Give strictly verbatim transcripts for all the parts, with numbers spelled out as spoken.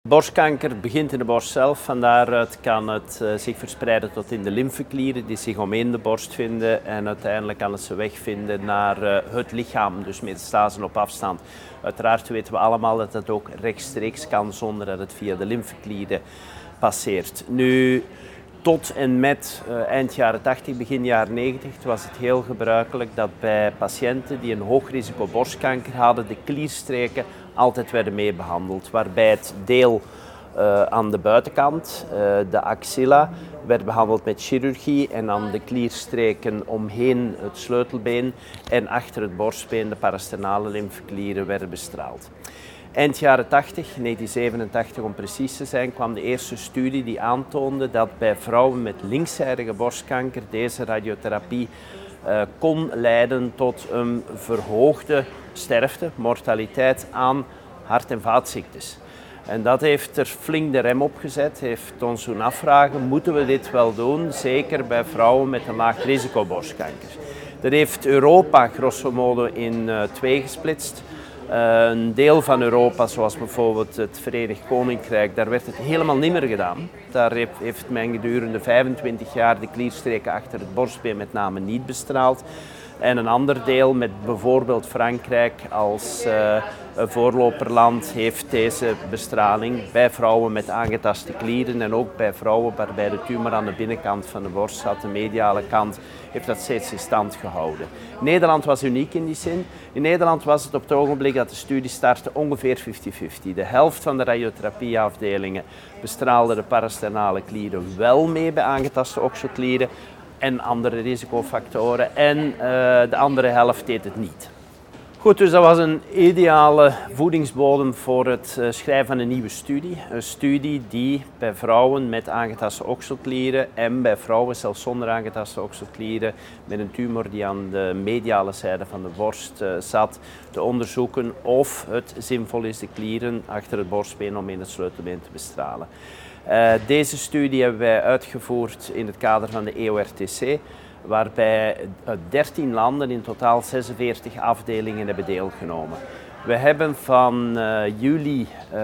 Borstkanker begint in de borst zelf, van daaruit kan het uh, zich verspreiden tot in de lymfeklieren die zich omheen de borst vinden en uiteindelijk kan het zijn weg vinden naar uh, het lichaam, dus metastasen op afstand. Uiteraard weten we allemaal dat dat ook rechtstreeks kan zonder dat het via de lymfeklieren passeert. Nu, tot en met uh, eind jaren tachtig, begin jaren negentig was het heel gebruikelijk dat bij patiënten die een hoog risico borstkanker hadden, de klierstreken altijd werden meebehandeld. Waarbij het deel uh, aan de buitenkant, uh, de axilla, werd behandeld met chirurgie en dan de klierstreken omheen het sleutelbeen en achter het borstbeen de parasternale lymfeklieren werden bestraald. Eind jaren tachtig, negentien zevenentachtig om precies te zijn, kwam de eerste studie die aantoonde dat bij vrouwen met linkszijdige borstkanker deze radiotherapie uh, kon leiden tot een verhoogde sterfte, mortaliteit aan hart- en vaatziektes. En dat heeft er flink de rem op gezet, heeft ons doen afvragen, moeten we dit wel doen, zeker bij vrouwen met een laag risico borstkanker. Dat heeft Europa grosso modo in uh, twee gesplitst. Uh, een deel van Europa, zoals bijvoorbeeld het Verenigd Koninkrijk, daar werd het helemaal niet meer gedaan. Daar heeft, heeft men gedurende vijfentwintig jaar de klierstreken achter het borstbeen met name niet bestraald. En een ander deel, met bijvoorbeeld Frankrijk als uh, een voorloperland, heeft deze bestraling bij vrouwen met aangetaste klieren en ook bij vrouwen waarbij de tumor aan de binnenkant van de borst zat, de mediale kant, heeft dat steeds in stand gehouden. Nederland was uniek in die zin. In Nederland was het op het ogenblik dat de studie startte ongeveer vijftig vijftig. De helft van de radiotherapieafdelingen bestraalde de parasternale klieren wel mee bij aangetaste oksoklieren en andere risicofactoren en uh, de andere helft deed het niet. Goed, dus dat was een ideale voedingsbodem voor het uh, schrijven van een nieuwe studie. Een studie die bij vrouwen met aangetaste okselklieren en bij vrouwen zelfs zonder aangetaste okselklieren met een tumor die aan de mediale zijde van de borst uh, zat, te onderzoeken of het zinvol is de klieren achter het borstbeen om in het sleutelbeen te bestralen. Uh, deze studie hebben wij uitgevoerd in het kader van de E O R T C, waarbij uit dertien landen in totaal zesenveertig afdelingen hebben deelgenomen. We hebben van uh, juli uh,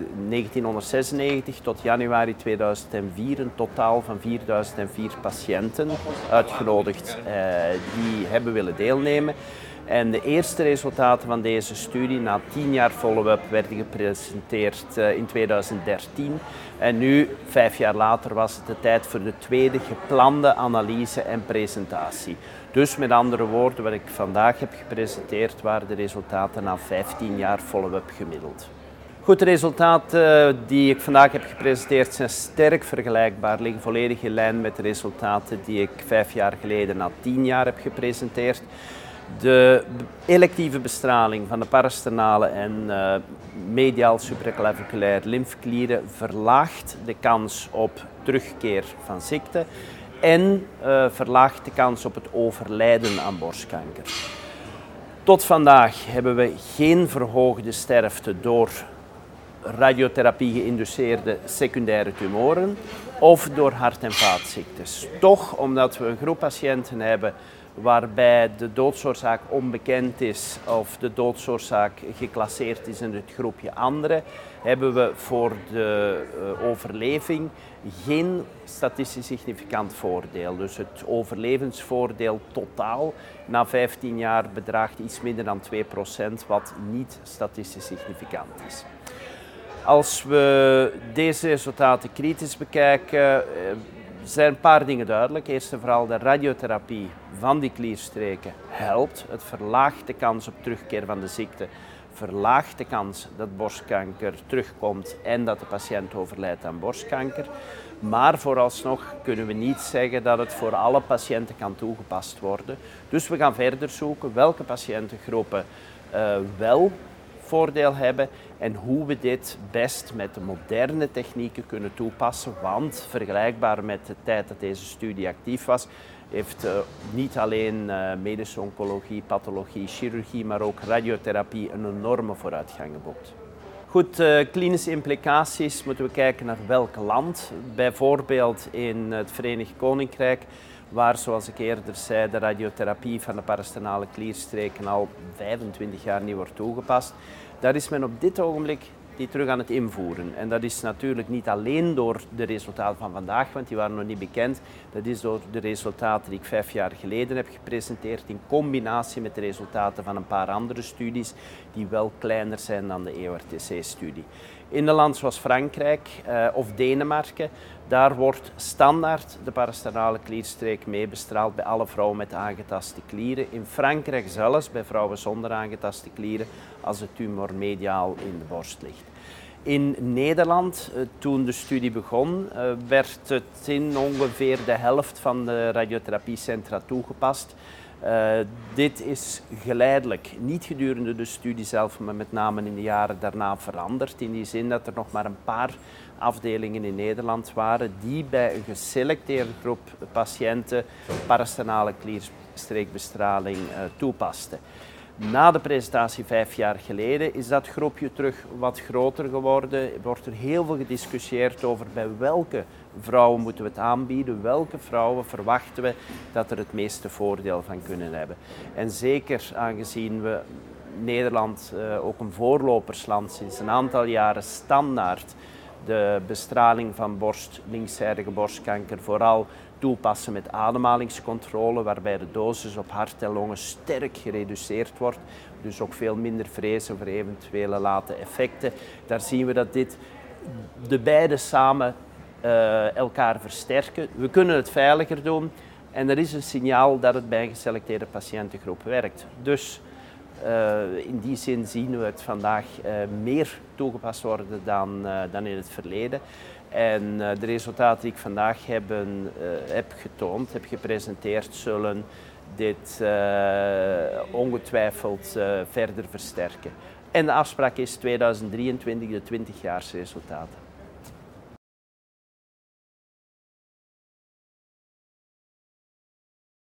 negentienhonderdzesennegentig tot januari tweeduizend vier een totaal van vierduizend vier patiënten uitgenodigd uh, die hebben willen deelnemen. En de eerste resultaten van deze studie na tien jaar follow-up werden gepresenteerd uh, in tweeduizend dertien. En nu, vijf jaar later, was het de tijd voor de tweede geplande analyse en presentatie. Dus met andere woorden, wat ik vandaag heb gepresenteerd, waren de resultaten na vijftien jaar follow-up gemiddeld. Goed, de resultaten die ik vandaag heb gepresenteerd zijn sterk vergelijkbaar, liggen volledig in lijn met de resultaten die ik vijf jaar geleden na tien jaar heb gepresenteerd. De electieve bestraling van de parasternale en uh, mediaal supraclaviculair lymfeklieren verlaagt de kans op terugkeer van ziekte en uh, verlaagt de kans op het overlijden aan borstkanker. Tot vandaag hebben we geen verhoogde sterfte door radiotherapie geïnduceerde secundaire tumoren of door hart- en vaatziektes. Toch, omdat we een groep patiënten hebben waarbij de doodsoorzaak onbekend is of de doodsoorzaak geclasseerd is in het groepje anderen, hebben we voor de uh, overleving geen statistisch significant voordeel. Dus het overlevensvoordeel totaal na vijftien jaar bedraagt iets minder dan twee procent, wat niet statistisch significant is. Als we deze resultaten kritisch bekijken, zijn een paar dingen duidelijk. Eerst en vooral de radiotherapie van die klierstreken helpt. Het verlaagt de kans op terugkeer van de ziekte, verlaagt de kans dat borstkanker terugkomt en dat de patiënt overlijdt aan borstkanker. Maar vooralsnog kunnen we niet zeggen dat het voor alle patiënten kan toegepast worden. Dus we gaan verder zoeken welke patiëntengroepen uh, wel voordeel hebben en hoe we dit best met de moderne technieken kunnen toepassen. Want vergelijkbaar met de tijd dat deze studie actief was, heeft uh, niet alleen uh, medische oncologie, pathologie, chirurgie, maar ook radiotherapie een enorme vooruitgang geboekt. Goed, uh, klinische implicaties moeten we kijken naar welk land. Bijvoorbeeld in het Verenigd Koninkrijk, waar, zoals ik eerder zei, de radiotherapie van de parasternale klierstreken al vijfentwintig jaar niet wordt toegepast. Daar is men op dit ogenblik die terug aan het invoeren. En dat is natuurlijk niet alleen door de resultaten van vandaag, want die waren nog niet bekend. Dat is door de resultaten die ik vijf jaar geleden heb gepresenteerd in combinatie met de resultaten van een paar andere studies die wel kleiner zijn dan de E O R T C-studie. In een land zoals Frankrijk uh, of Denemarken, daar wordt standaard de parasternale klierstreek mee bestraald bij alle vrouwen met aangetaste klieren. In Frankrijk zelfs bij vrouwen zonder aangetaste klieren als de tumor mediaal in de borst ligt. In Nederland, uh, toen de studie begon, uh, werd het in ongeveer de helft van de radiotherapiecentra toegepast. Uh, dit is geleidelijk, niet gedurende de studie zelf, maar met name in de jaren daarna veranderd. In die zin dat er nog maar een paar afdelingen in Nederland waren die bij een geselecteerde groep patiënten parasternale klierstreekbestraling uh, toepasten. Na de presentatie vijf jaar geleden is dat groepje terug wat groter geworden. Wordt er heel veel gediscussieerd over bij welke vrouwen moeten we het aanbieden, welke vrouwen verwachten we dat er het meeste voordeel van kunnen hebben. En zeker aangezien we Nederland uh, ook een voorlopersland sinds een aantal jaren standaard de bestraling van borst, linkszijdige borstkanker vooral toepassen met ademhalingscontrole, waarbij de dosis op hart en longen sterk gereduceerd wordt. Dus ook veel minder vrezen voor eventuele late effecten. Daar zien we dat dit de beide samen uh, elkaar versterken. We kunnen het veiliger doen en er is een signaal dat het bij een geselecteerde patiëntengroep werkt. Dus uh, in die zin zien we het vandaag uh, meer toegepast worden dan, uh, dan in het verleden. En uh, de resultaten die ik vandaag heb, uh, heb getoond, heb gepresenteerd, zullen dit uh, ongetwijfeld uh, verder versterken. En de afspraak is tweeduizend drieëntwintig, de twintig-jaarsresultaten.